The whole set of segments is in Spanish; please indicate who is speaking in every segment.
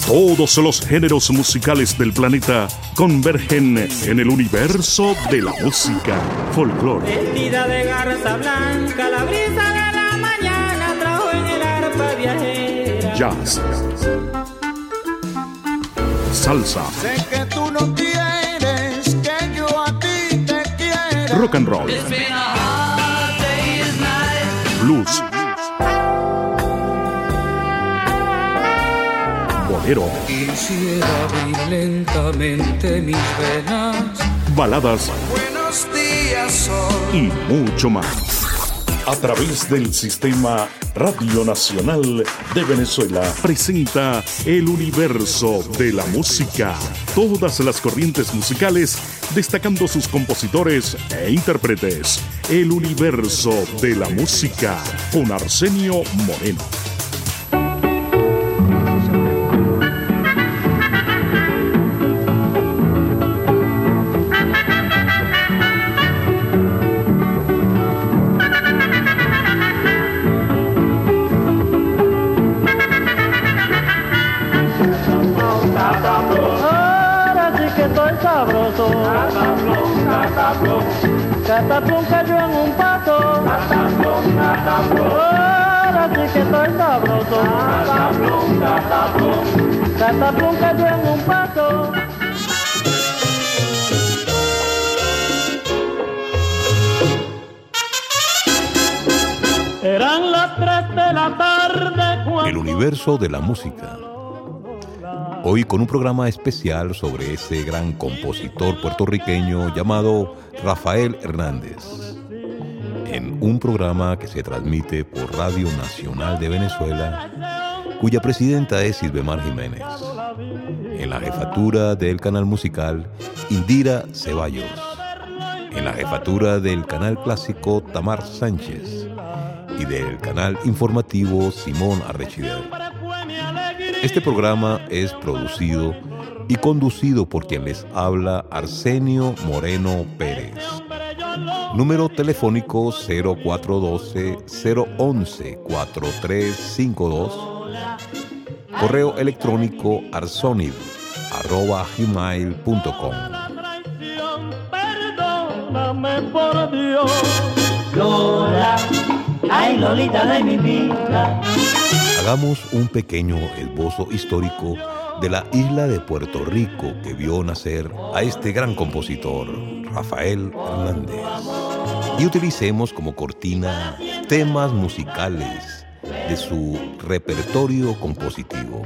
Speaker 1: Todos los géneros musicales del planeta convergen en el universo de la música folclore.
Speaker 2: Vestida de garza blanca, la brisa de la mañana trajo en el arpa viajera.
Speaker 1: Jazz, salsa,
Speaker 3: sé que tú no quieres que yo a ti te quiera.
Speaker 1: rock and roll, blues, bolero,
Speaker 4: Quisiera abrir lentamente mis venas.
Speaker 1: baladas
Speaker 3: Buenos días, sol.
Speaker 1: y mucho más. A través del Sistema Radio Nacional de Venezuela presenta el universo de la música. Todas las corrientes musicales destacando sus compositores e intérpretes. El universo de la música con Arsenio Moreno.
Speaker 2: Cataplum cayó en un pato. Ahora sí que estoy sabroso. Cataplum cayó en un pato. Eran las 3 de la tarde cuando...
Speaker 5: El universo de la música. Hoy con un programa especial sobre ese gran compositor puertorriqueño llamado Rafael Hernández. En un programa que se transmite por Radio Nacional de Venezuela, cuya presidenta es Silvemar Jiménez. En la jefatura del canal musical, Indira Ceballos. En la jefatura del canal clásico, Tamar Sánchez. Y del canal informativo, Simón Arrechider. Este programa es producido y conducido por quien les habla, Arsenio Moreno Pérez. Número telefónico 0412-011-4352. Correo electrónico arsonid@gmail.com.
Speaker 2: Perdóname por Dios, Lola, ay Lolita de mi vida.
Speaker 5: Hagamos un pequeño esbozo histórico de la isla de Puerto Rico que vio nacer a este gran compositor, Rafael Hernández. Y utilicemos como cortina temas musicales de su repertorio compositivo.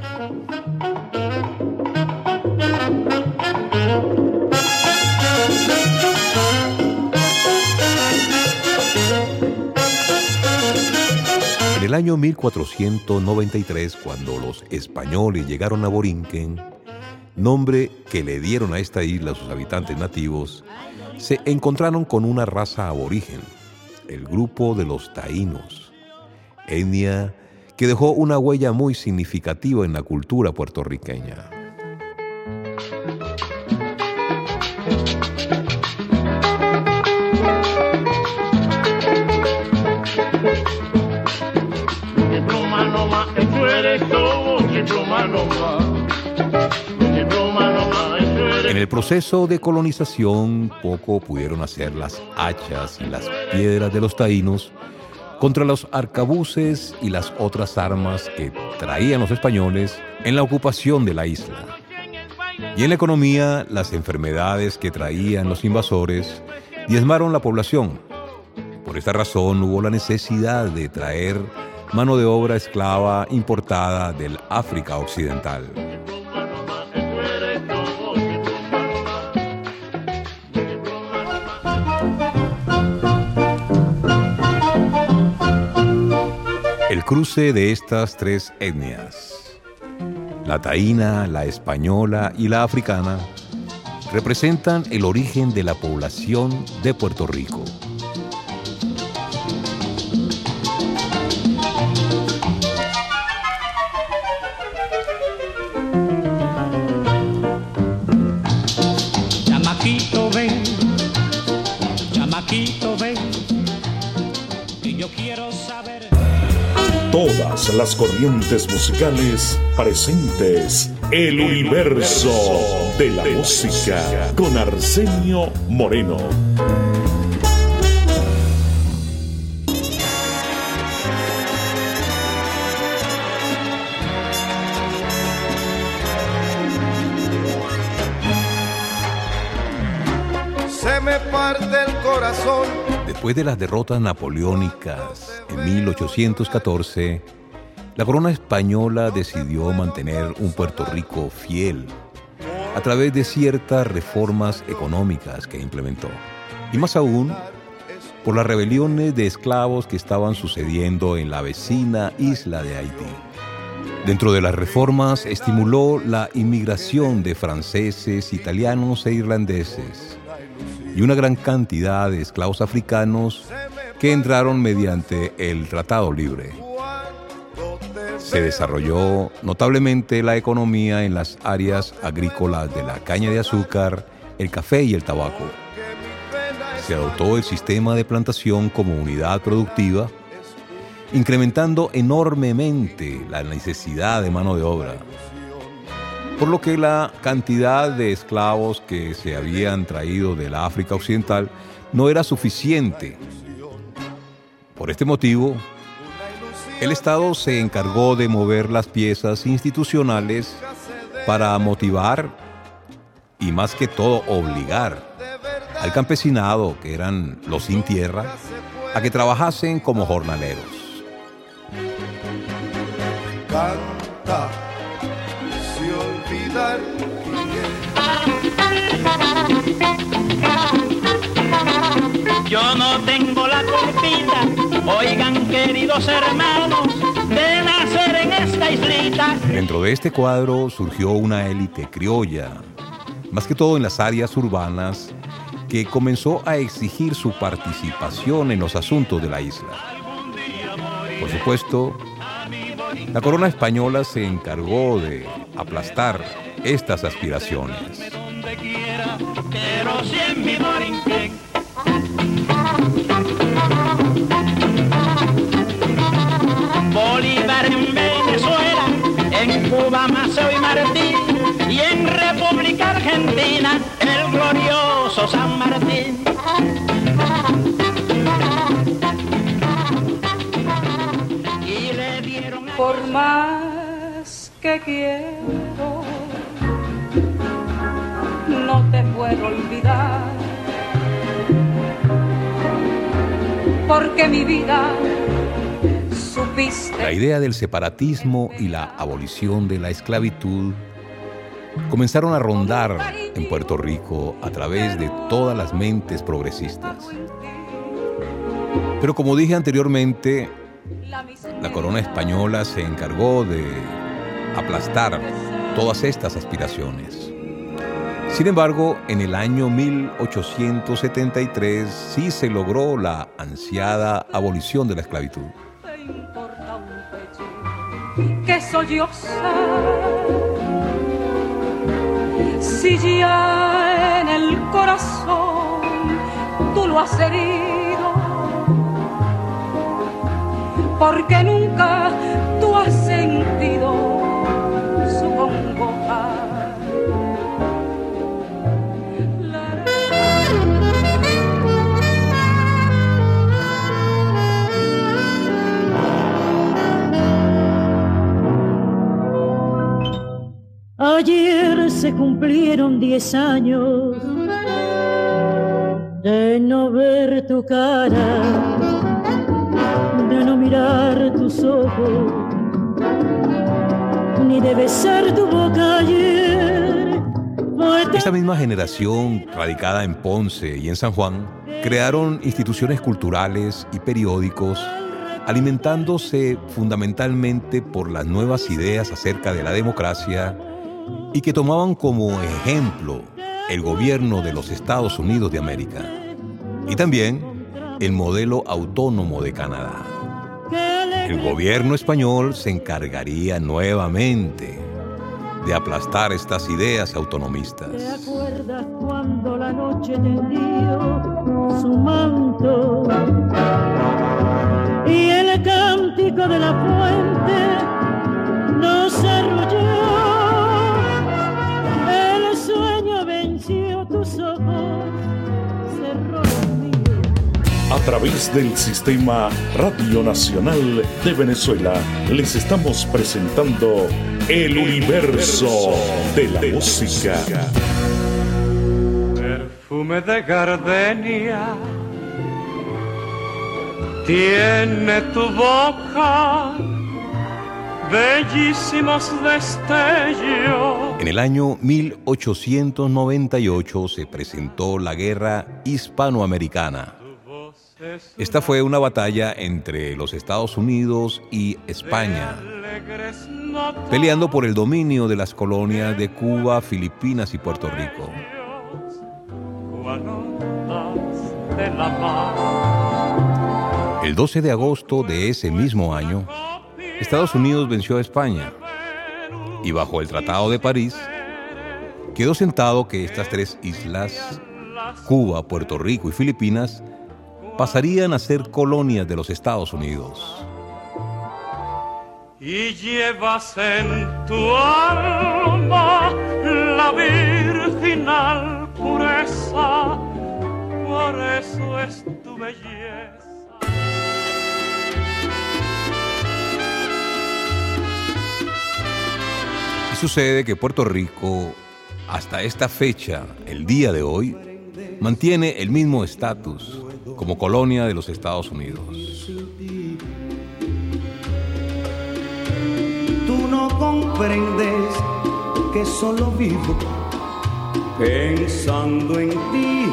Speaker 5: En el año 1493, cuando los españoles llegaron a Borinquen, nombre que le dieron a esta isla sus habitantes nativos, se encontraron con una raza aborigen, el grupo de los taínos, etnia que dejó una huella muy significativa en la cultura puertorriqueña. En el proceso de colonización, poco pudieron hacer las hachas y las piedras de los taínos contra los arcabuces y las otras armas que traían los españoles en la ocupación de la isla. Y en la economía, las enfermedades que traían los invasores diezmaron la población. Por esta razón hubo la necesidad de traer mano de obra esclava importada del África Occidental. El cruce de estas tres etnias, la taína, la española y la africana, representan el origen de la población de Puerto Rico.
Speaker 1: Todas las corrientes musicales presentes. El universo de la música con Arsenio Moreno.
Speaker 3: Se me parte el corazón.
Speaker 5: Después de las derrotas napoleónicas en 1814, la corona española decidió mantener un Puerto Rico fiel a través de ciertas reformas económicas que implementó. Y más aún, por las rebeliones de esclavos que estaban sucediendo en la vecina isla de Haití. Dentro de las reformas, estimuló la inmigración de franceses, italianos e irlandeses y una gran cantidad de esclavos africanos que entraron mediante el Tratado Libre. Se desarrolló notablemente la economía en las áreas agrícolas de la caña de azúcar, el café y el tabaco. Se adoptó el sistema de plantación como unidad productiva, incrementando enormemente la necesidad de mano de obra, por lo que la cantidad de esclavos que se habían traído de la África Occidental no era suficiente. Por este motivo, el Estado se encargó de mover las piezas institucionales para motivar y, más que todo, obligar al campesinado, que eran los sin tierra, a que trabajasen como jornaleros.
Speaker 3: Canta, sin olvidar
Speaker 2: Yo no tengo la culpita, oigan queridos hermanos, de nacer en esta islita.
Speaker 5: Dentro de este cuadro surgió una élite criolla, más que todo en las áreas urbanas, que comenzó a exigir su participación en los asuntos de la isla. Por supuesto, la corona española se encargó de aplastar estas aspiraciones.
Speaker 2: Pero si en mi Borinquen Bolívar en Venezuela, en Cuba Maceo y Martín, y en República Argentina el glorioso San Martín. Y le dieron
Speaker 4: Por más que quiero, no te puedo olvidar, porque mi vida supiste.
Speaker 5: La idea del separatismo y la abolición de la esclavitud comenzaron a rondar en Puerto Rico a través de todas las mentes progresistas. Pero como dije anteriormente, la corona española se encargó de aplastar todas estas aspiraciones. Sin embargo, en el año 1873 sí se logró la ansiada abolición de la esclavitud.
Speaker 4: Que solloza, si ya en el corazón tú lo has herido, porque nunca tú has sentido su congoja.
Speaker 6: Ayer se cumplieron 10 años de no ver tu cara, de no mirar tus ojos, ni de besar tu boca ayer.
Speaker 5: Esta misma generación, radicada en Ponce y en San Juan, crearon instituciones culturales y periódicos, alimentándose fundamentalmente por las nuevas ideas acerca de la democracia y que tomaban como ejemplo el gobierno de los Estados Unidos de América y también el modelo autónomo de Canadá. El gobierno español se encargaría nuevamente de aplastar estas ideas autonomistas.
Speaker 6: ¿Te acuerdas cuando la noche tendió su manto y el campo cántico de la fuente nos arrulló, el sueño venció tus ojos, cerró los míos.
Speaker 1: A través del Sistema Radio Nacional de Venezuela les estamos presentando el universo de la música.
Speaker 7: Perfume de gardenia tiene tu boca, bellísimos destellos.
Speaker 5: En el año 1898 se presentó la Guerra Hispanoamericana. Esta fue una batalla entre los Estados Unidos y España, peleando por el dominio de las colonias de Cuba, Filipinas y Puerto Rico. El 12 de agosto de ese mismo año, Estados Unidos venció a España y bajo el Tratado de París quedó sentado que estas tres islas, Cuba, Puerto Rico y Filipinas, pasarían a ser colonias de los Estados Unidos.
Speaker 7: Y llevas en tu alma la virginal pureza, por eso es tu belleza.
Speaker 5: Y sucede que Puerto Rico, hasta esta fecha, el día de hoy, mantiene el mismo estatus como colonia de los Estados Unidos.
Speaker 3: Tú no comprendes que solo vivo pensando en ti.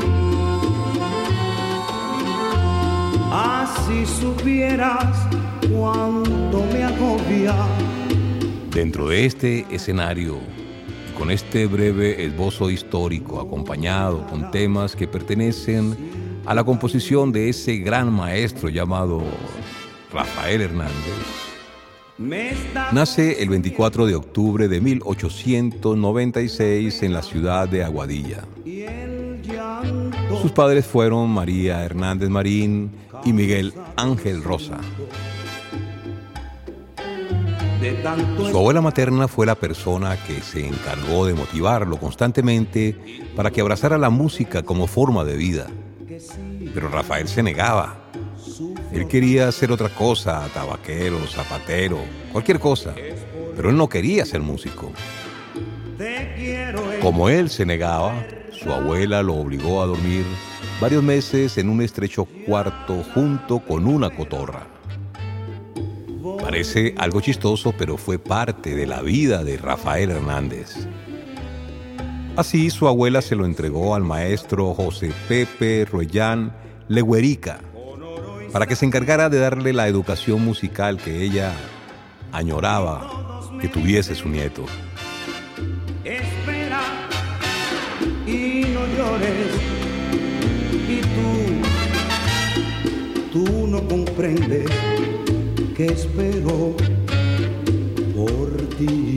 Speaker 3: Así supieras cuánto me agobia.
Speaker 5: Dentro de este escenario, y con este breve esbozo histórico acompañado con temas que pertenecen a la composición de ese gran maestro llamado Rafael Hernández, nace el 24 de octubre de 1896 en la ciudad de Aguadilla. Sus padres fueron María Hernández Marín y Miguel Ángel Rosa. Su abuela materna fue la persona que se encargó de motivarlo constantemente para que abrazara la música como forma de vida. Pero Rafael se negaba. Él quería hacer otra cosa, tabaquero, zapatero, cualquier cosa, pero él no quería ser músico. Como él se negaba, su abuela lo obligó a dormir varios meses en un estrecho cuarto junto con una cotorra. Parece algo chistoso, pero fue parte de la vida de Rafael Hernández. Así, su abuela se lo entregó al maestro José Pepe Roellán Leguerica para que se encargara de darle la educación musical que ella añoraba que tuviese su nieto.
Speaker 3: Espera y no llores, y tú no comprendes que espero por ti.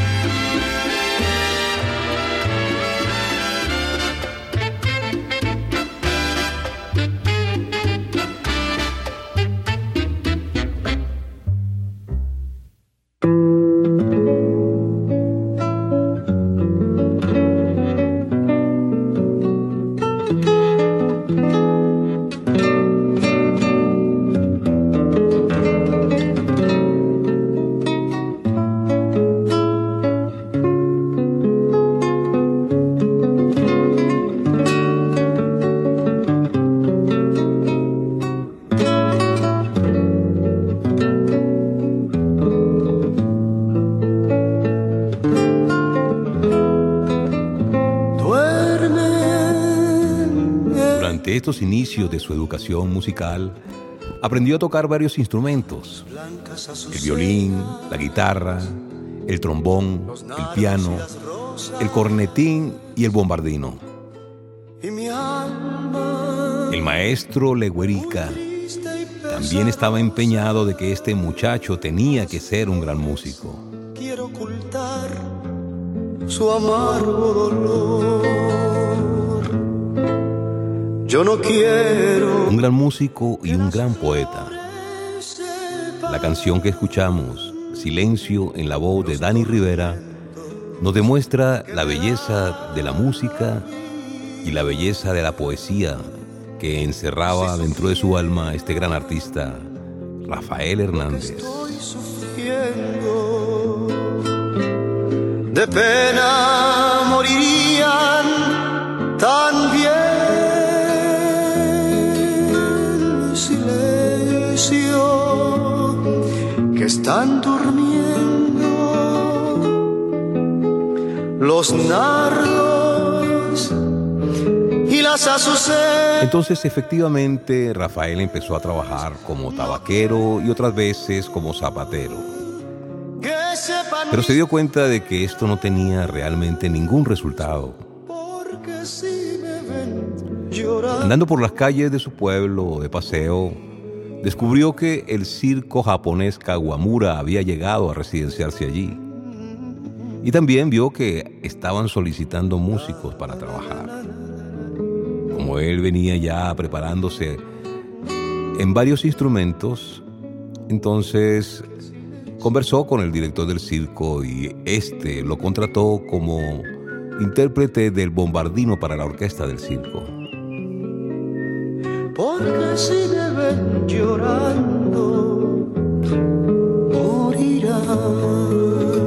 Speaker 5: Durante estos inicios de su educación musical, aprendió a tocar varios instrumentos: el violín, la guitarra, el trombón, el piano, el cornetín y el bombardino. El maestro Leguerica también estaba empeñado de que este muchacho tenía que ser un gran músico.
Speaker 3: Quiero ocultar su amargo dolor. Yo no quiero
Speaker 5: Un gran músico y un gran poeta. La canción que escuchamos, Silencio, en la voz de Dani Rivera, nos demuestra la belleza de la música y la belleza de la poesía que encerraba dentro de su alma este gran artista, Rafael Hernández.
Speaker 3: Estoy sufriendo, de pena morirían también. Silencio, que están durmiendo los nardos y las azucenas.
Speaker 5: Entonces, efectivamente, Rafael empezó a trabajar como tabaquero y otras veces como zapatero. Pero se dio cuenta de que esto no tenía realmente ningún resultado. Andando por las calles de su pueblo de paseo, descubrió que el circo japonés Kawamura había llegado a residenciarse allí. Y también vio que estaban solicitando músicos para trabajar. Como él venía ya preparándose en varios instrumentos, entonces conversó con el director del circo y este lo contrató como intérprete del bombardino para la orquesta del circo.
Speaker 3: Porque si me ven llorando, morirán.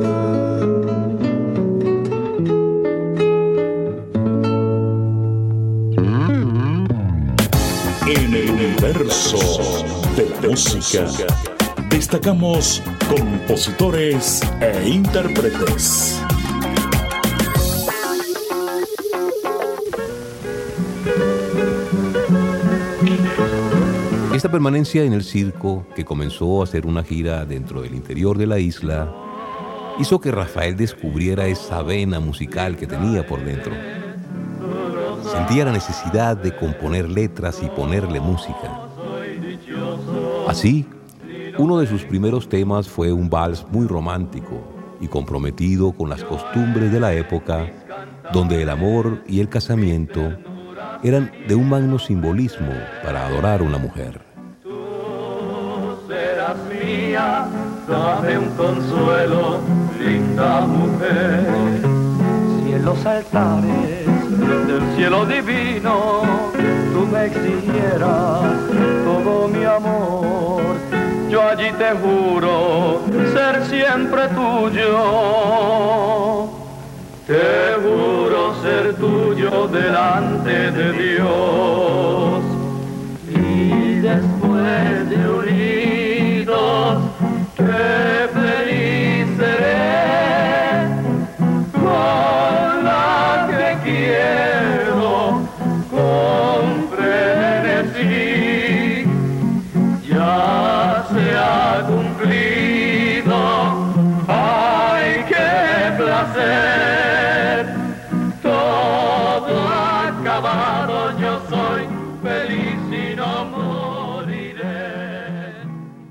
Speaker 1: En el universo de la música, destacamos compositores e intérpretes.
Speaker 5: Esta permanencia en el circo, que comenzó a hacer una gira dentro del interior de la isla, hizo que Rafael descubriera esa vena musical que tenía por dentro. Sentía la necesidad de componer letras y ponerle música. Así, uno de sus primeros temas fue un vals muy romántico y comprometido con las costumbres de la época, donde el amor y el casamiento eran de un magno simbolismo para adorar a una mujer.
Speaker 7: Serás mía, dame un consuelo, linda mujer. Si en los altares del cielo divino tú me exigieras todo mi amor, yo allí te juro ser siempre tuyo. Te juro ser tuyo delante de Dios. Y después de unidos, qué feliz seré con la que quiero, con frenesí. Ya se ha cumplido, ay, qué placer. Yo soy feliz y no moriré.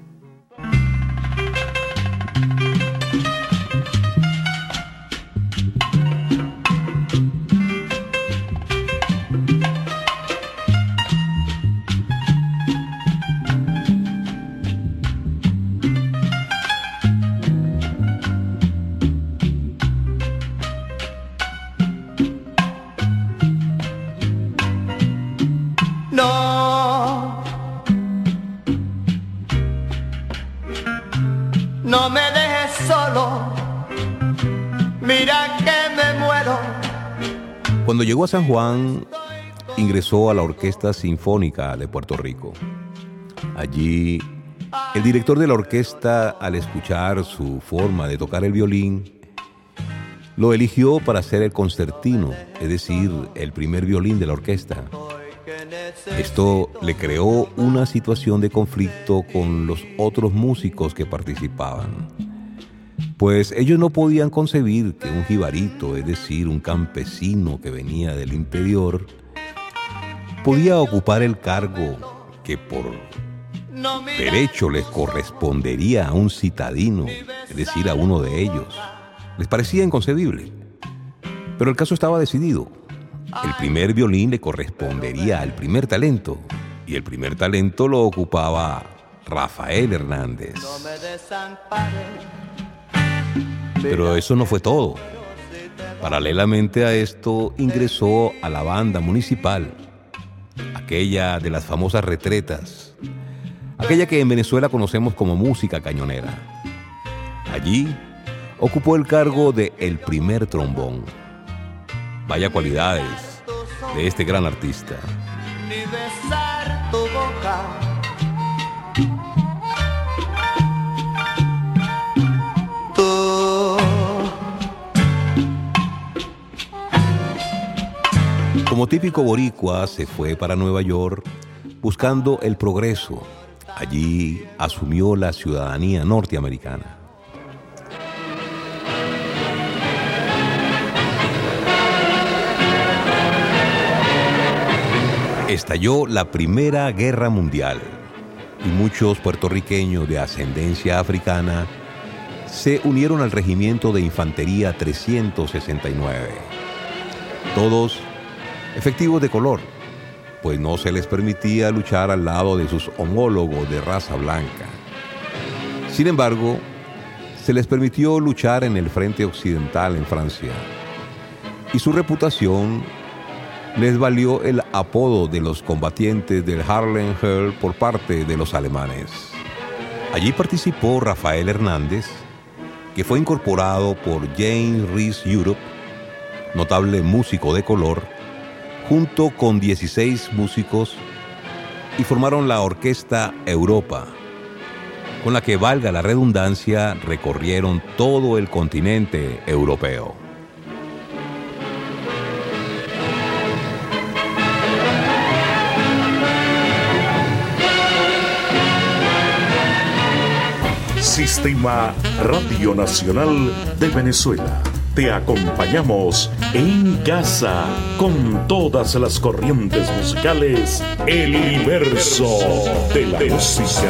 Speaker 3: No me dejes solo, mira que me muero.
Speaker 5: Cuando llegó a San Juan, ingresó a la Orquesta Sinfónica de Puerto Rico. Allí, el director de la orquesta, al escuchar su forma de tocar el violín, lo eligió para ser el concertino, es decir, el primer violín de la orquesta. Esto le creó una situación de conflicto con los otros músicos que participaban, pues ellos no podían concebir que un jibarito, es decir, un campesino que venía del interior, podía ocupar el cargo que por derecho les correspondería a un citadino, es decir, a uno de ellos. Les parecía inconcebible, pero el caso estaba decidido. El primer violín le correspondería al primer talento, y el primer talento lo ocupaba Rafael Hernández.
Speaker 3: No me desampares.
Speaker 5: Pero eso no fue todo. Paralelamente a esto, ingresó a la banda municipal, aquella de las famosas retretas, aquella que en Venezuela conocemos como música cañonera. Allí ocupó el cargo de el primer trombón. Vaya cualidades de este gran artista.
Speaker 3: Ni besar tu boca.
Speaker 5: Como típico boricua, se fue para Nueva York buscando el progreso. Allí asumió la ciudadanía norteamericana. Estalló la Primera Guerra Mundial y muchos puertorriqueños de ascendencia africana se unieron al Regimiento de Infantería 369. Todos efectivos de color, pues no se les permitía luchar al lado de sus homólogos de raza blanca. Sin embargo, se les permitió luchar en el frente occidental en Francia, y su reputación les valió el apodo de los combatientes del Harlem Hell por parte de los alemanes. Allí participó Rafael Hernández, que fue incorporado por James Reese Europe, notable músico de color, junto con 16 músicos, y formaron la Orquesta Europa, con la que, valga la redundancia, recorrieron todo el continente europeo.
Speaker 1: Sistema Radio Nacional de Venezuela. Te acompañamos en casa con todas las corrientes musicales. El universo de la música.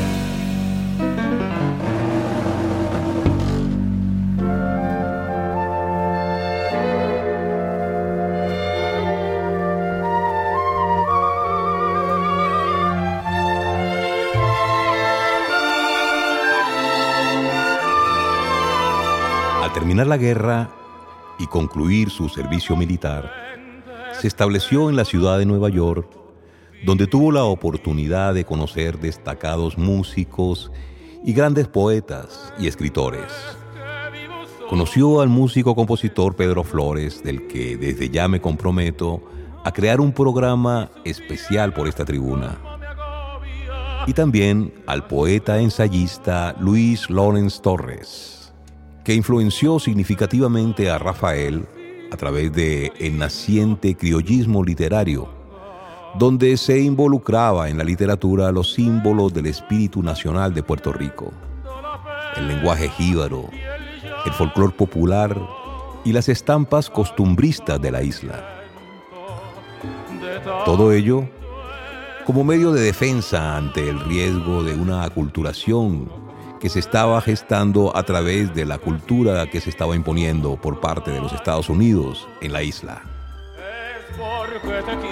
Speaker 5: Al terminar la guerra y concluir su servicio militar, se estableció en la ciudad de Nueva York, donde tuvo la oportunidad de conocer destacados músicos y grandes poetas y escritores. Conoció al músico-compositor Pedro Flores, del que desde ya me comprometo a crear un programa especial por esta tribuna. Y también al poeta-ensayista Luis Lawrence Torres, que influenció significativamente a Rafael a través de el naciente criollismo literario, donde se involucraba en la literatura los símbolos del espíritu nacional de Puerto Rico, el lenguaje jíbaro, el folclor popular y las estampas costumbristas de la isla. Todo ello como medio de defensa ante el riesgo de una aculturación que se estaba gestando a través de la cultura que se estaba imponiendo por parte de los Estados Unidos en la isla.
Speaker 7: Es porque te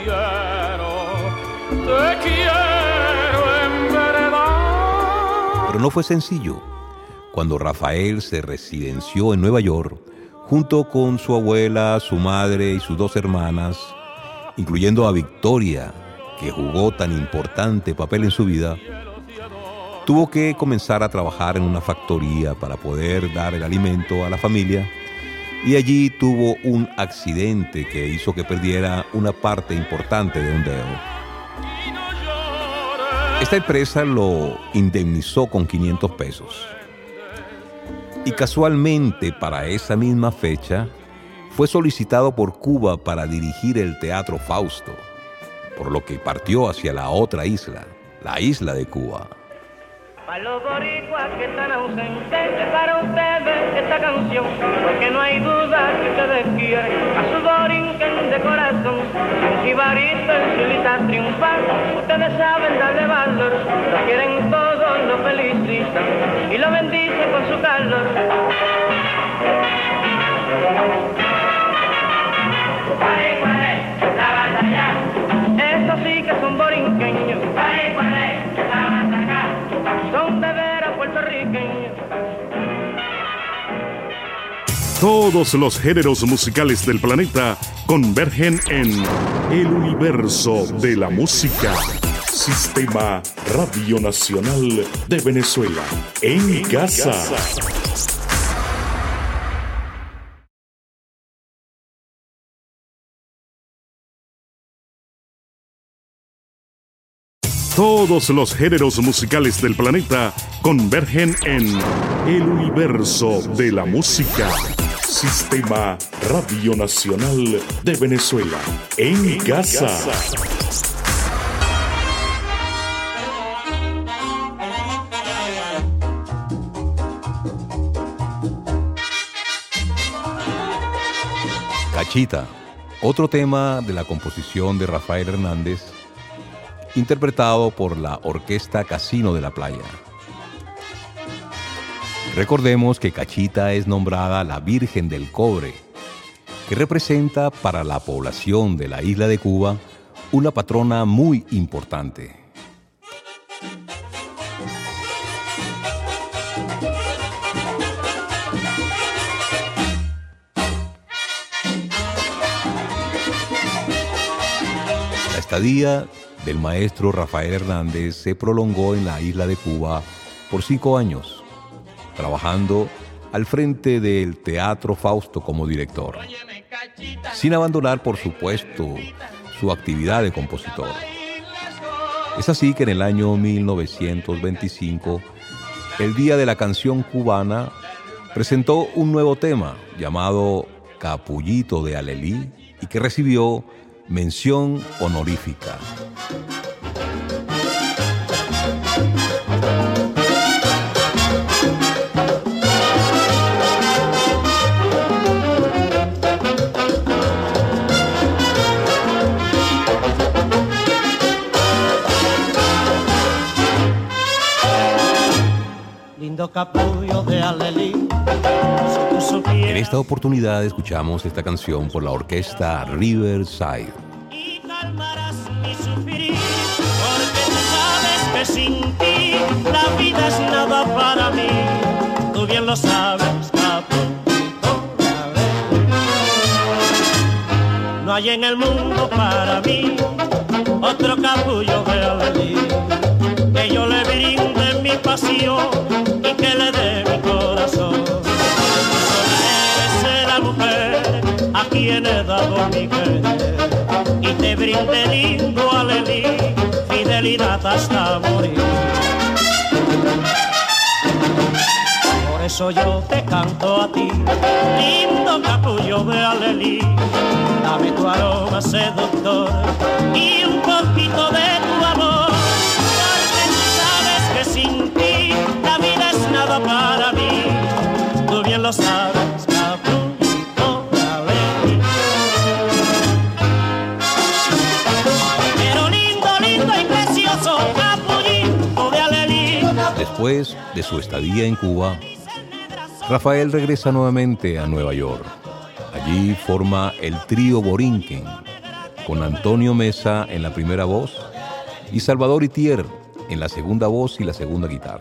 Speaker 7: quiero en verdad.
Speaker 5: Pero no fue sencillo. Cuando Rafael se residenció en Nueva York, junto con su abuela, su madre y sus dos hermanas, incluyendo a Victoria, que jugó tan importante papel en su vida, tuvo que comenzar a trabajar en una factoría para poder dar el alimento a la familia, y allí tuvo un accidente que hizo que perdiera una parte importante de un dedo. Esta empresa lo indemnizó con 500 pesos. Y casualmente para esa misma fecha fue solicitado por Cuba para dirigir el Teatro Fausto, por lo que partió hacia la otra isla, la isla de Cuba.
Speaker 2: Para los boricuas que están ausentes, es para ustedes esta canción, porque no hay duda que ustedes quieren a su borinquen de corazón. En Jibarito, en Chulita triunfan, ustedes saben darle valor, lo quieren todos, lo felicitan y lo bendicen con su calor. Estos sí que son borinqueños.
Speaker 1: Todos los géneros musicales del planeta convergen en el universo de la música. Sistema Radio Nacional de Venezuela. En casa. Todos los géneros musicales del planeta convergen en el universo de la música. Sistema Radio Nacional de Venezuela. En casa.
Speaker 5: Cachita, otro tema de la composición de Rafael Hernández, interpretado por la Orquesta Casino de la Playa. Recordemos que Cachita es nombrada la Virgen del Cobre, que representa para la población de la isla de Cuba una patrona muy importante. La estadía del maestro Rafael Hernández se prolongó en la isla de Cuba por 5 años, trabajando al frente del Teatro Fausto como director, sin abandonar, por supuesto, su actividad de compositor. Es así que en el año 1925, el Día de la Canción Cubana, presentó un nuevo tema llamado Capullito de Alelí y que recibió mención honorífica.
Speaker 3: Lindo capullo de Alelí.
Speaker 5: En esta oportunidad escuchamos esta canción por la orquesta Riverside.
Speaker 6: Y calmarás mi sufrir, porque tú sabes que sin ti la vida es nada para mí. Tú bien lo sabes, capullito de Alelí. No hay en el mundo para mí otro capullo de Alelí, que yo le brinde mi pasión y que le dé mi corazón. A quien he dado mi querer y te brinde lindo alelí, fidelidad hasta morir. Por eso yo te canto a ti, lindo capullo de alelí. Dame tu aroma seductor y un poquito de tu amor, porque tú sabes que sin ti la vida es nada para mí. Tú bien lo sabes,
Speaker 5: Después de su estadía en Cuba, Rafael regresa nuevamente a Nueva York. Allí forma el trío Borinquen, con Antonio Mesa en la primera voz y Salvador Itier en la segunda voz y la segunda guitarra.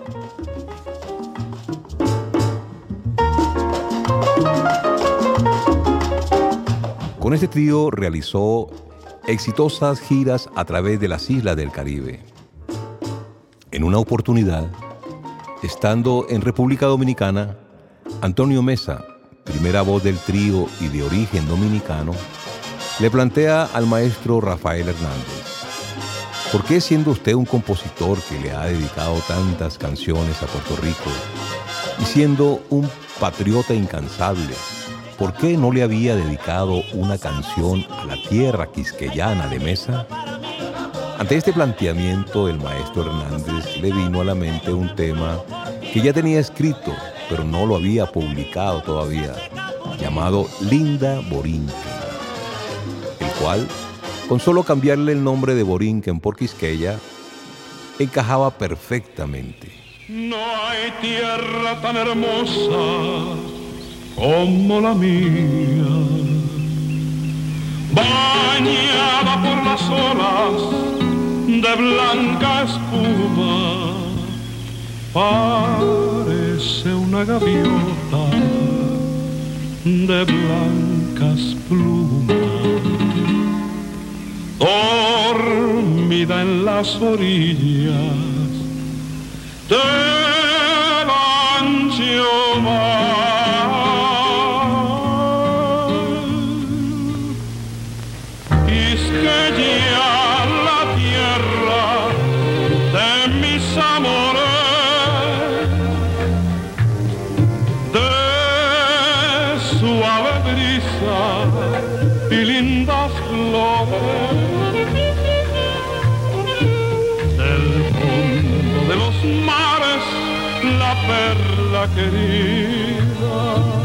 Speaker 5: Con este trío realizó exitosas giras a través de las islas del Caribe. En una oportunidad, estando en República Dominicana, Antonio Mesa, primera voz del trío y de origen dominicano, le plantea al maestro Rafael Hernández: ¿por qué, siendo usted un compositor que le ha dedicado tantas canciones a Puerto Rico y siendo un patriota incansable, por qué no le había dedicado una canción a la tierra quisqueyana de Mesa? Ante este planteamiento, el maestro Hernández le vino a la mente un tema que ya tenía escrito, pero no lo había publicado todavía, llamado Linda Borinquen, el cual, con solo cambiarle el nombre de Borinquen por Quisqueya, encajaba perfectamente.
Speaker 7: No hay tierra tan hermosa como la mía, bañada por las olas de blanca espuma, parece una gaviota de blancas plumas, dormida en las orillas del ancho mar. Quisqueya la tierra de mis amores, de suave brisa y lindas flores, del fondo de los mares la perla querida.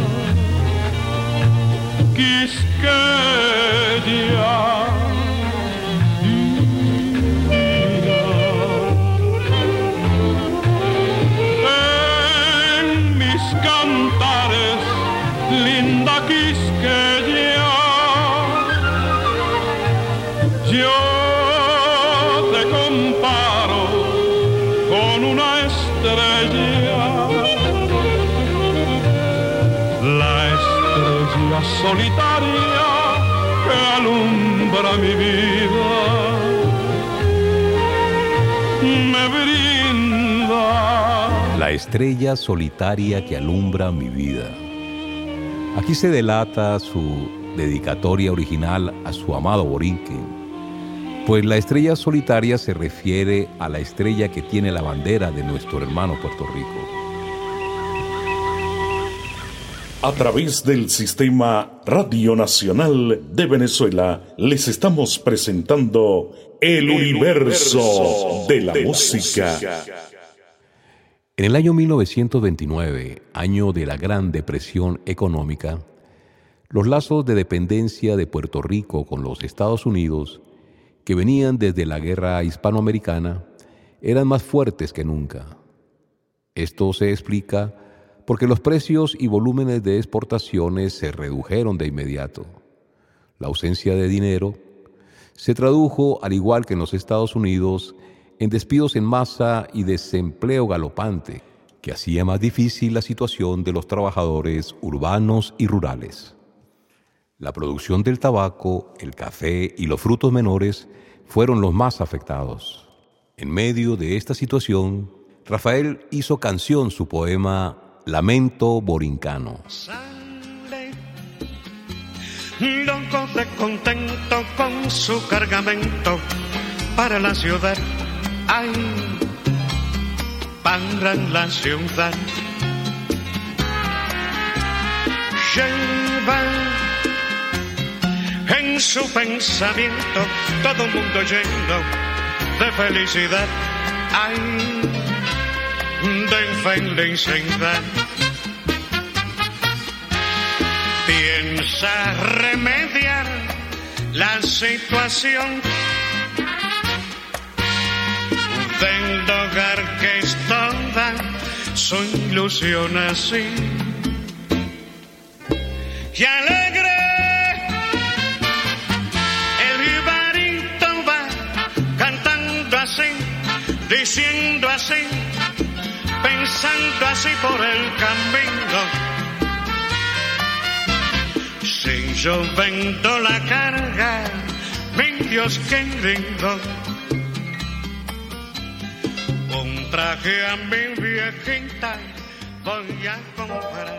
Speaker 7: Quisqueya divina, en mis cantares, linda Quisqueya, yo te comparo con una estrella, la estrella solitaria que alumbra mi vida, me brinda.
Speaker 5: La estrella solitaria que alumbra mi vida. Aquí se delata su dedicatoria original a su amado Borinquen, pues la estrella solitaria se refiere a la estrella que tiene la bandera de nuestro hermano Puerto Rico.
Speaker 1: A través del Sistema Radio Nacional de Venezuela les estamos presentando El Universo de la Música.
Speaker 5: En el año 1929, año de la Gran Depresión Económica, los lazos de dependencia de Puerto Rico con los Estados Unidos, que venían desde la guerra hispanoamericana, eran más fuertes que nunca. Esto se explica porque los precios y volúmenes de exportaciones se redujeron de inmediato. La ausencia de dinero se tradujo, al igual que en los Estados Unidos, en despidos en masa y desempleo galopante, que hacía más difícil la situación de los trabajadores urbanos y rurales. La producción del tabaco, el café y los frutos menores fueron los más afectados. En medio de esta situación, Rafael hizo canción su poema Lamento Borincano.
Speaker 6: Sale, loco de contento con su cargamento para la ciudad. Ay, para la ciudad. Lleva en su pensamiento todo un mundo lleno de felicidad. Ay, de felicidad. Piensa remediar la situación del hogar que es toda su ilusión así. Y alegre el barito va cantando así, diciendo así, pensando así por el camino. Si yo vendo la carga, mi Dios querido, un traje a mi viejita voy a comprar.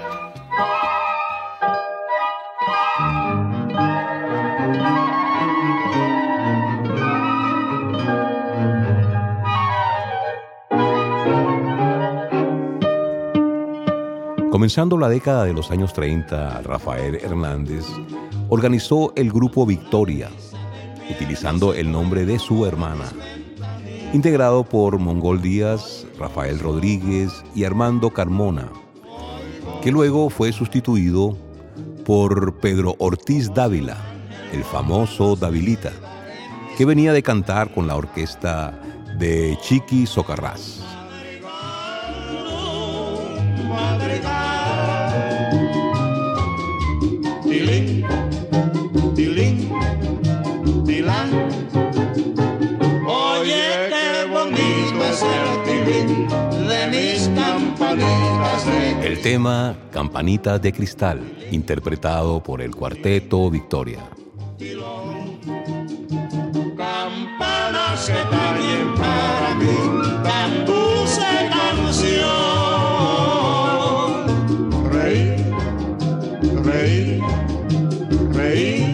Speaker 5: Comenzando la década de los años 30, Rafael Hernández organizó el Grupo Victoria, utilizando el nombre de su hermana, integrado por Mongol Díaz, Rafael Rodríguez y Armando Carmona, que luego fue sustituido por Pedro Ortiz Dávila, el famoso Davilita, que venía de cantar con la orquesta de Chiqui Socarrás.
Speaker 3: Tilín, tilín, tilán. Oye, qué bonito es el tilín de mis campanitas de...
Speaker 5: El El tema Campanitas de Cristal, interpretado por el Cuarteto Victoria.
Speaker 8: Campanas que callen para mí tan dulce canción. Reír, reír, reír.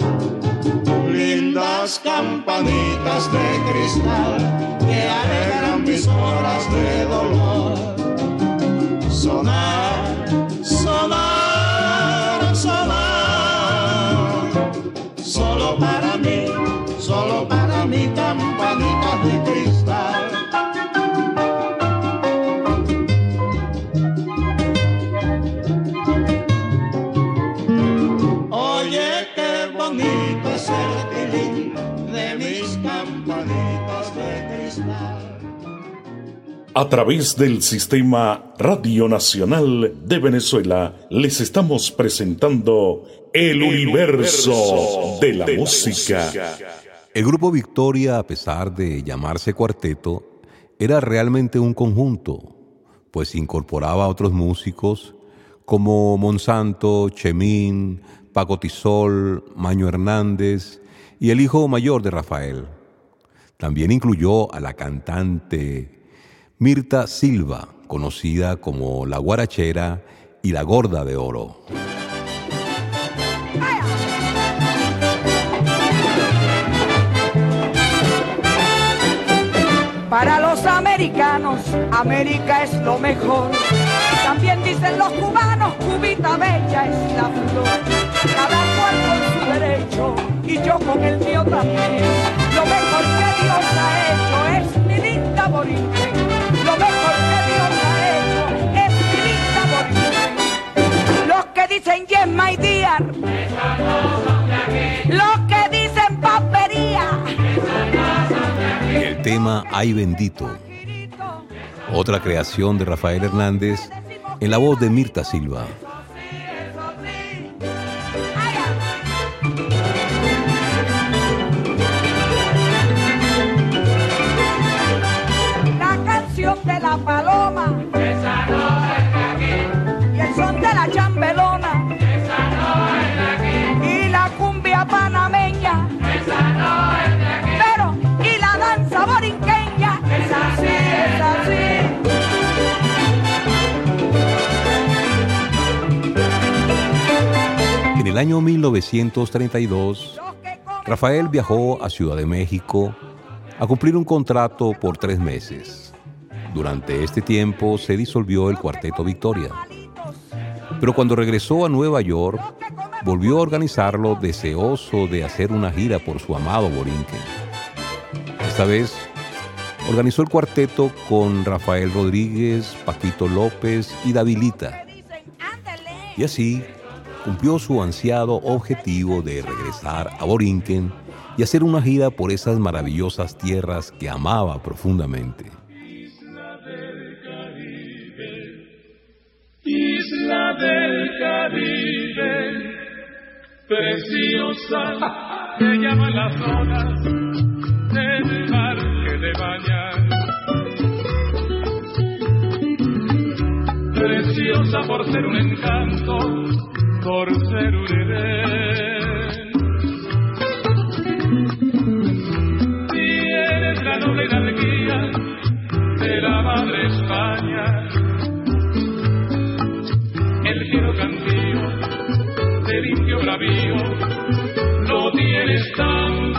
Speaker 8: Lindas campanitas de cristal que alegran mis horas de dolor. Sonar, sonar, sonar. Solo para mí campanitas de cristal. Oye, qué bonito es el tilín de mis campanitas de cristal.
Speaker 1: A través del Sistema Radio Nacional de Venezuela les estamos presentando El Universo de la Música.
Speaker 5: El grupo Victoria, a pesar de llamarse cuarteto, era realmente un conjunto, pues incorporaba a otros músicos como Monsanto, Chemín, Paco Tisol, Maño Hernández y el hijo mayor de Rafael. También incluyó a la cantante Mirta Silva, conocida como La Guarachera y La Gorda de Oro.
Speaker 4: Para los americanos, América es lo mejor. También dicen los cubanos, Cubita bella es la flor. Cada cual con su derecho y yo con el mío también. Lo mejor que Dios ha hecho es mi linda Borinquen. Lo mejor que Dios ha hecho es mi linda Borinquen. Los que dicen yes my dear, los que dicen papería.
Speaker 5: El tema Ay Bendito, otra creación de Rafael Hernández en la voz de Mirta Silva.
Speaker 4: La canción de la paloma, esa no es de aquí. Y el son de la chambelona, esa no es de aquí. Y la cumbia panameña, esa no es de aquí. Pero, y la danza borinqueña, es así, es así.
Speaker 5: En el año 1932, Rafael viajó a Ciudad de México a cumplir un contrato por 3 meses. Durante este tiempo se disolvió el Cuarteto Victoria. Pero cuando regresó a Nueva York, volvió a organizarlo deseoso de hacer una gira por su amado Borinquen. Esta vez organizó el cuarteto con Rafael Rodríguez, Paquito López y Davilita. Y así cumplió su ansiado objetivo de regresar a Borinquen y hacer una gira por esas maravillosas tierras que amaba profundamente.
Speaker 7: Isla del Caribe, preciosa, se llama la zona del mar que te baña. Preciosa por ser un encanto, por ser un edén. Tienes la noble energía de la madre España. El quiero cantío de limpio bravío lo tienes tan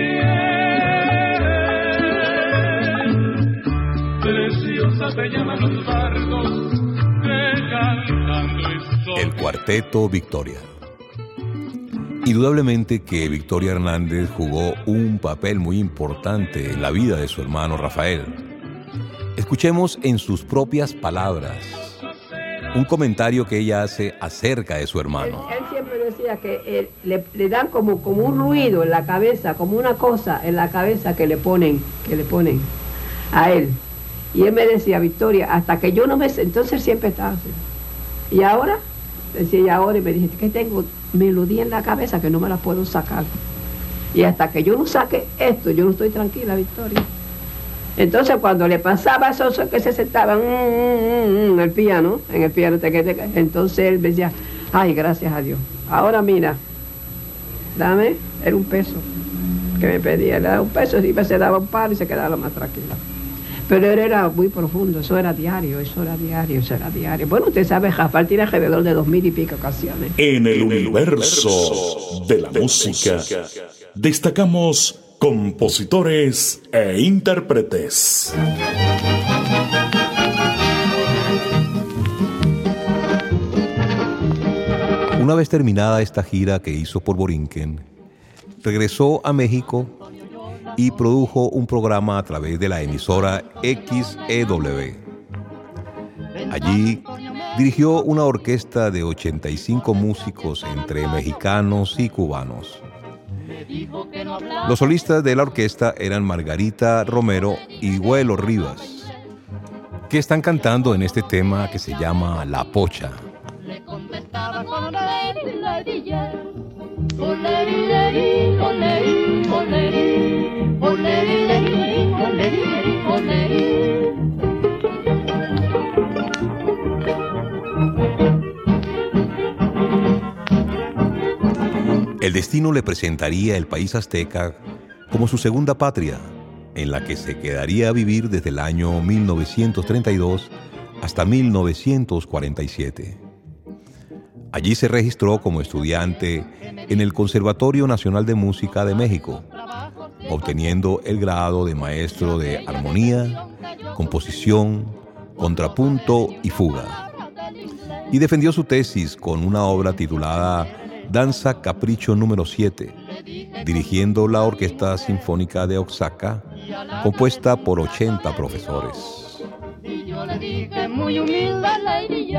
Speaker 7: bien. Preciosa te llaman los barcos que cantando estoy.
Speaker 5: El Cuarteto Victoria. Indudablemente que Victoria Hernández jugó un papel muy importante en la vida de su hermano Rafael. Escuchemos en sus propias palabras un comentario que ella hace acerca de su hermano.
Speaker 9: Él siempre decía que le dan como un ruido en la cabeza, como una cosa en la cabeza que le ponen a él. Y él me decía, Victoria, hasta que yo no me... Entonces siempre estaba así. Y ahora, decía, y ahora, y me dije, que tengo melodía en la cabeza que no me la puedo sacar. Y hasta que yo no saque esto, yo no estoy tranquila, Victoria. Entonces cuando le pasaba eso que se sentaba en el piano, entonces él decía, ay, gracias a Dios. Ahora mira, dame, era un peso que me pedía, le daba un peso, y se daba un palo y se quedaba más tranquila. Pero él era muy profundo, eso era diario. Bueno, usted sabe, Rafael tiene alrededor de 2000 y pico canciones.
Speaker 1: En el universo de la música destacamos compositores e intérpretes.
Speaker 5: Una vez terminada esta gira que hizo por Borinquen, regresó a México y produjo un programa a través de la emisora XEW. Allí dirigió una orquesta de 85 músicos entre mexicanos y cubanos. Los solistas de la orquesta eran Margarita Romero y Güelo Rivas, que están cantando en este tema que se llama La Pocha. El destino le presentaría el país azteca como su segunda patria, en la que se quedaría a vivir desde el año 1932 hasta 1947. Allí se registró como estudiante en el Conservatorio Nacional de Música de México, obteniendo el grado de maestro de armonía, composición, contrapunto y fuga. Y defendió su tesis con una obra titulada Danza Capricho número 7, dirigiendo la Orquesta Sinfónica de Oaxaca, compuesta por 80 profesores.
Speaker 10: Y yo le dije muy humilde, Lady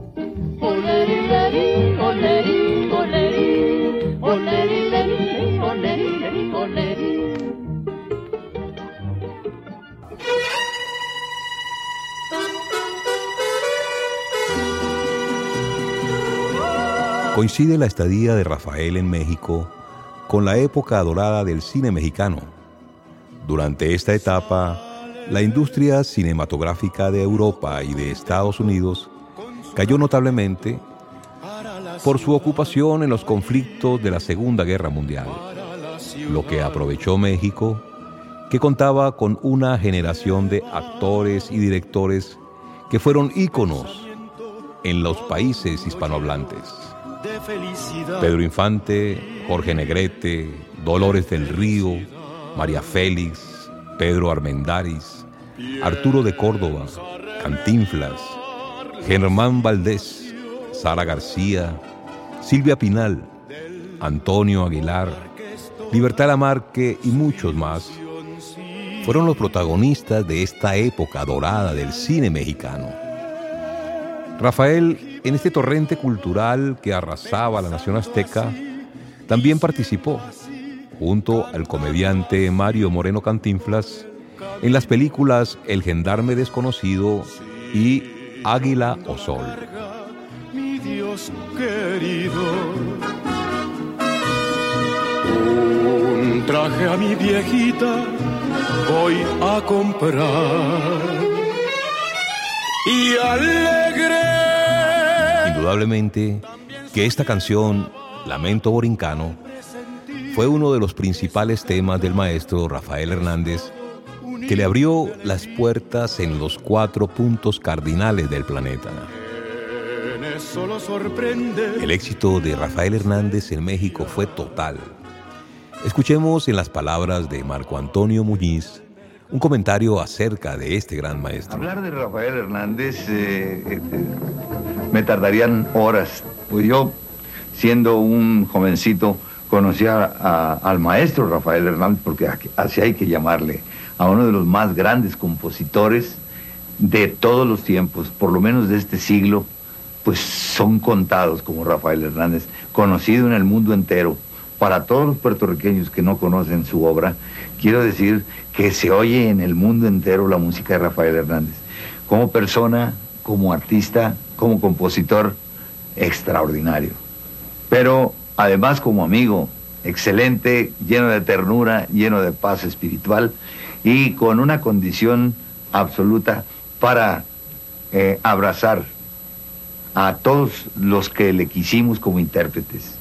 Speaker 5: Coincide la estadía de Rafael en México con la época dorada del cine mexicano. Durante esta etapa, la industria cinematográfica de Europa y de Estados Unidos cayó notablemente por su ocupación en los conflictos de la Segunda Guerra Mundial, lo que aprovechó México, que contaba con una generación de actores y directores que fueron íconos en los países hispanohablantes. Pedro Infante, Jorge Negrete, Dolores del Río, María Félix, Pedro Armendáriz, Arturo de Córdoba, Cantinflas, Germán Valdés, Sara García, Silvia Pinal, Antonio Aguilar, Libertad Lamarque y muchos más fueron los protagonistas de esta época dorada del cine mexicano. Rafael, en este torrente cultural que arrasaba la nación azteca, también participó, junto al comediante Mario Moreno Cantinflas, en las películas El Gendarme Desconocido y Águila o Sol.
Speaker 7: Mi Dios querido, un traje a mi viejita voy a comprar y alegre.
Speaker 5: Indudablemente que esta canción, Lamento Borincano, fue uno de los principales temas del maestro Rafael Hernández, que le abrió las puertas en los 4 puntos cardinales del planeta. El éxito de Rafael Hernández en México fue total. Escuchemos en las palabras de Marco Antonio Muñiz un comentario acerca de este gran maestro.
Speaker 11: Hablar de Rafael Hernández me tardarían horas. Pues yo, siendo un jovencito, conocía al maestro Rafael Hernández, porque así hay que llamarle, a uno de los más grandes compositores de todos los tiempos, por lo menos de este siglo, pues son contados como Rafael Hernández, conocido en el mundo entero. Para todos los puertorriqueños que no conocen su obra, quiero decir que se oye en el mundo entero la música de Rafael Hernández. Como persona, como artista, como compositor, extraordinario. Pero además como amigo, excelente, lleno de ternura, lleno de paz espiritual. y con una condición absoluta para abrazar a todos los que le quisimos como intérpretes.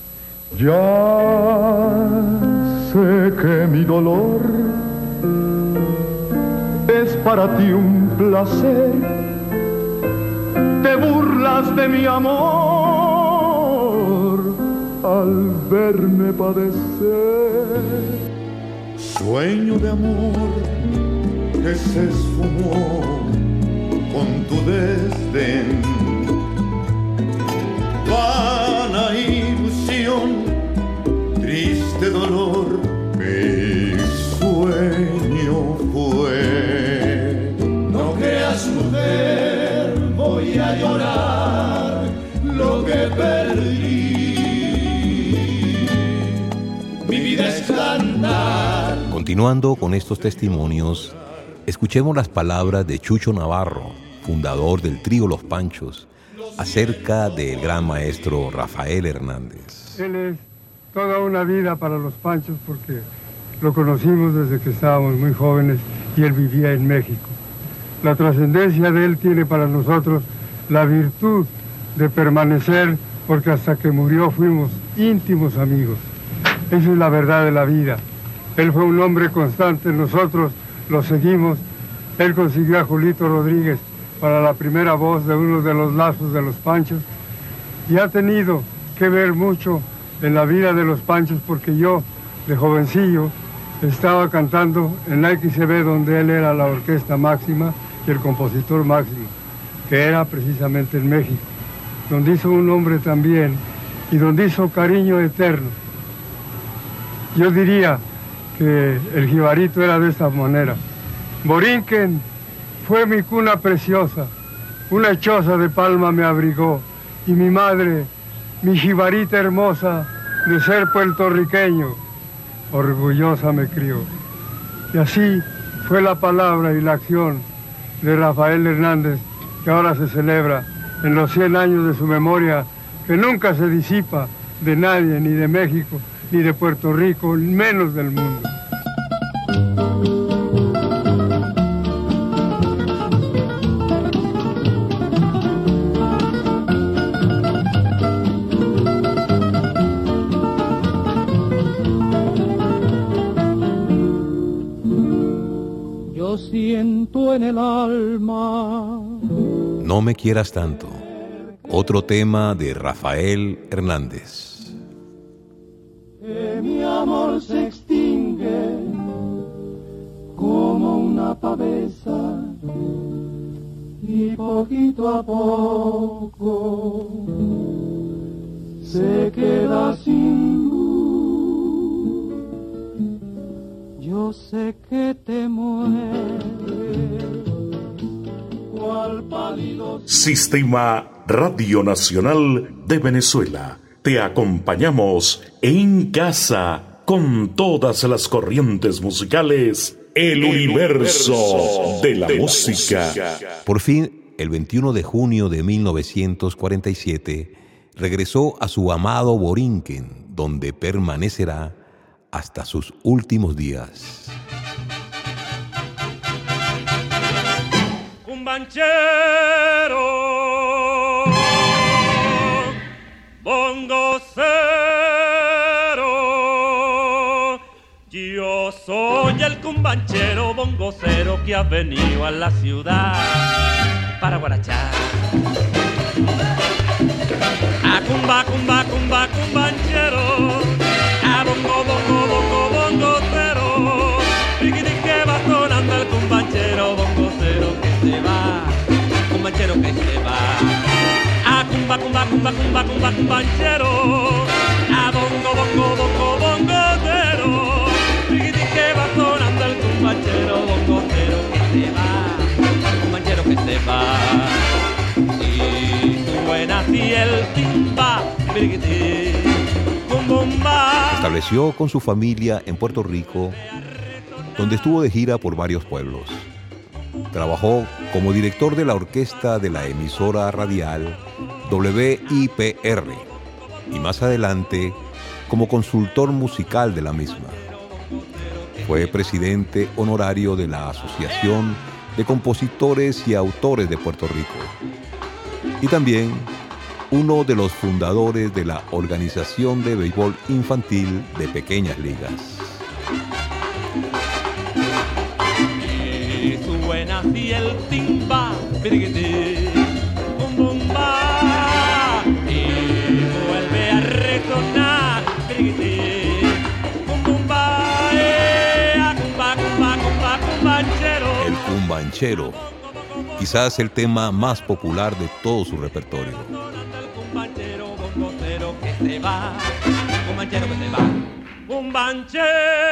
Speaker 12: Ya sé que mi dolor es para ti un placer, te burlas de mi amor al verme padecer. Sueño de amor que se esfumó con tu desdén, vana ilusión, triste dolor, mi sueño fue.
Speaker 8: No creas, mujer, voy a llorar lo que perdí. Mi vida es cantar.
Speaker 5: Continuando con estos testimonios, escuchemos las palabras de Chucho Navarro, fundador del trío Los Panchos, acerca del gran maestro Rafael Hernández.
Speaker 13: Él es toda una vida para Los Panchos porque lo conocimos desde que estábamos muy jóvenes y él vivía en México. La trascendencia de él tiene para nosotros la virtud de permanecer porque hasta que murió fuimos íntimos amigos. Esa es la verdad de la vida. Él fue un hombre constante, nosotros lo seguimos. Él consiguió a Julito Rodríguez para la primera voz de uno de los lazos de Los Panchos y ha tenido que ver mucho en la vida de Los Panchos porque yo, de jovencillo, estaba cantando en la XCB donde él era la orquesta máxima y el compositor máximo, que era precisamente en México, donde hizo un nombre también y donde hizo cariño eterno. Yo diría que el jibarito era de esta manera. Borinquen fue mi cuna preciosa, una choza de palma me abrigó, y mi madre, mi jibarita hermosa, de ser puertorriqueño, orgullosa me crió. Y así fue la palabra y la acción de Rafael Hernández, que ahora se celebra en los 100 años de su memoria, que nunca se disipa de nadie, ni de México, ni de Puerto Rico, menos del mundo.
Speaker 6: Yo siento en el alma.
Speaker 5: No me quieras tanto. Otro tema de Rafael Hernández.
Speaker 8: Que mi amor se extingue como una pavesa y poquito a poco se queda sin luz. Yo sé que te mueres cual pálido.
Speaker 1: Sistema Radio Nacional de Venezuela. Te acompañamos en casa con todas las corrientes musicales. El universo de la música.
Speaker 5: Por fin, el 21 de junio de 1947, regresó a su amado Borinquen, donde permanecerá hasta sus últimos días.
Speaker 14: Cumbanchero, bongocero, yo soy el cumbanchero bongocero que ha venido a la ciudad para guarachar. A cumba, cumba, cumba, cumbanchero, a bongo, bongo, bongo, bongocero, riquiti que va sonando el cumbanchero bongocero que se va, cumbanchero que se va. A cumba, cumba, cumba, cumba, cumba, cumbanchero, a bongo, bongo, bongo, bongocero, riquiti que va sonando el cumbanchero bongocero que se va, cumbanchero que se va. Y suena así el timba, riquiti, bum, bum, ba.
Speaker 5: Estableció con su familia en Puerto Rico, donde estuvo de gira por varios pueblos. Trabajó como director de la orquesta de la emisora radial WIPR y más adelante como consultor musical de la misma. Fue presidente honorario de la Asociación de Compositores y Autores de Puerto Rico. Y también uno de los fundadores de la Organización de Béisbol Infantil de Pequeñas Ligas.
Speaker 14: Y suena así el timba, piriguiti, bum bumba, y vuelve a resonar, piriguiti, bum bumba, cumba, cumba, cumba, cumbanchero.
Speaker 5: El cumbanchero, quizás el tema más popular de todo su repertorio.
Speaker 14: Cumbanchero, bongocero que se va, cumbanchero que se va, cumbanchero.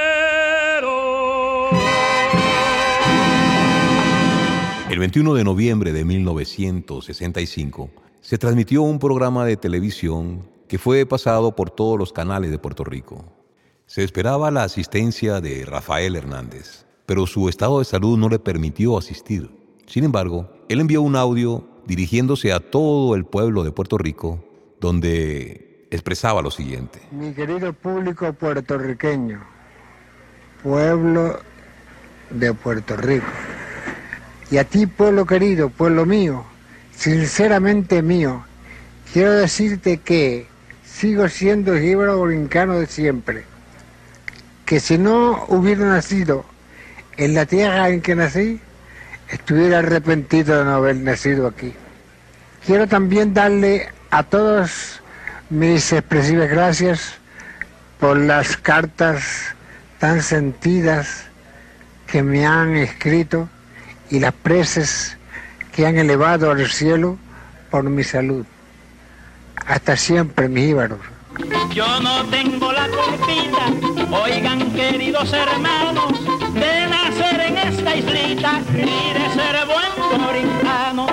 Speaker 5: El 21 de noviembre de 1965 se transmitió un programa de televisión que fue pasado por todos los canales de Puerto Rico. Se esperaba la asistencia de Rafael Hernández, pero su estado de salud no le permitió asistir. Sin embargo, él envió un audio dirigiéndose a todo el pueblo de Puerto Rico, donde expresaba lo siguiente.
Speaker 13: Mi querido público puertorriqueño, pueblo de Puerto Rico, y a ti, pueblo querido, pueblo mío, sinceramente mío, quiero decirte que sigo siendo el jíbaro borincano de siempre, que si no hubiera nacido en la tierra en que nací, estuviera arrepentido de no haber nacido aquí. Quiero también darle a todos mis expresivas gracias por las cartas tan sentidas que me han escrito y las preces que han elevado al cielo por mi salud. Hasta siempre, mis íbaros.
Speaker 6: Yo no tengo la culpita, oigan queridos hermanos, de nacer en esta islita y de ser buen borincano.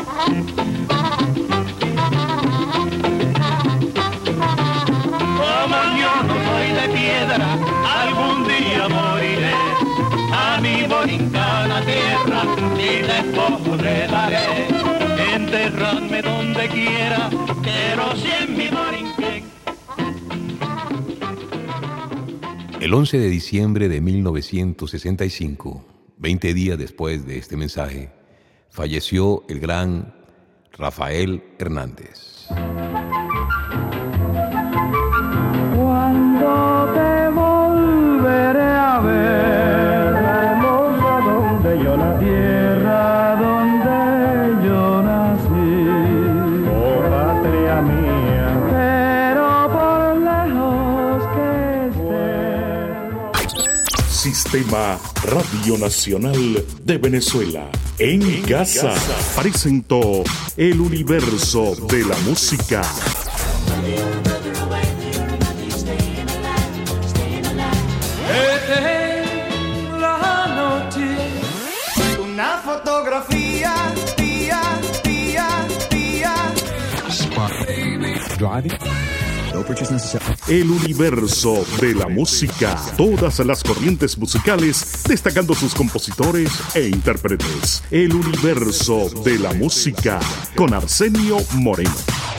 Speaker 6: Como yo no soy de piedra, algún día moriré. A mi borincana tierra y despojo le daré. Enterradme donde quiera, pero si en mi borinquén.
Speaker 5: El 11 de diciembre de 1965, 20 días después de este mensaje, falleció el gran Rafael Hernández.
Speaker 12: Cuando te volveré a ver, hermosa, donde yo la tierra donde yo nací, oh patria mía, pero por lejos que esté.
Speaker 1: Sistema Radio Nacional de Venezuela. En casa presentó el universo de la música.
Speaker 3: La noche, una fotografía,
Speaker 1: El universo de la música. Todas las corrientes musicales, destacando sus compositores e intérpretes. El universo de la música con Arsenio Moreno.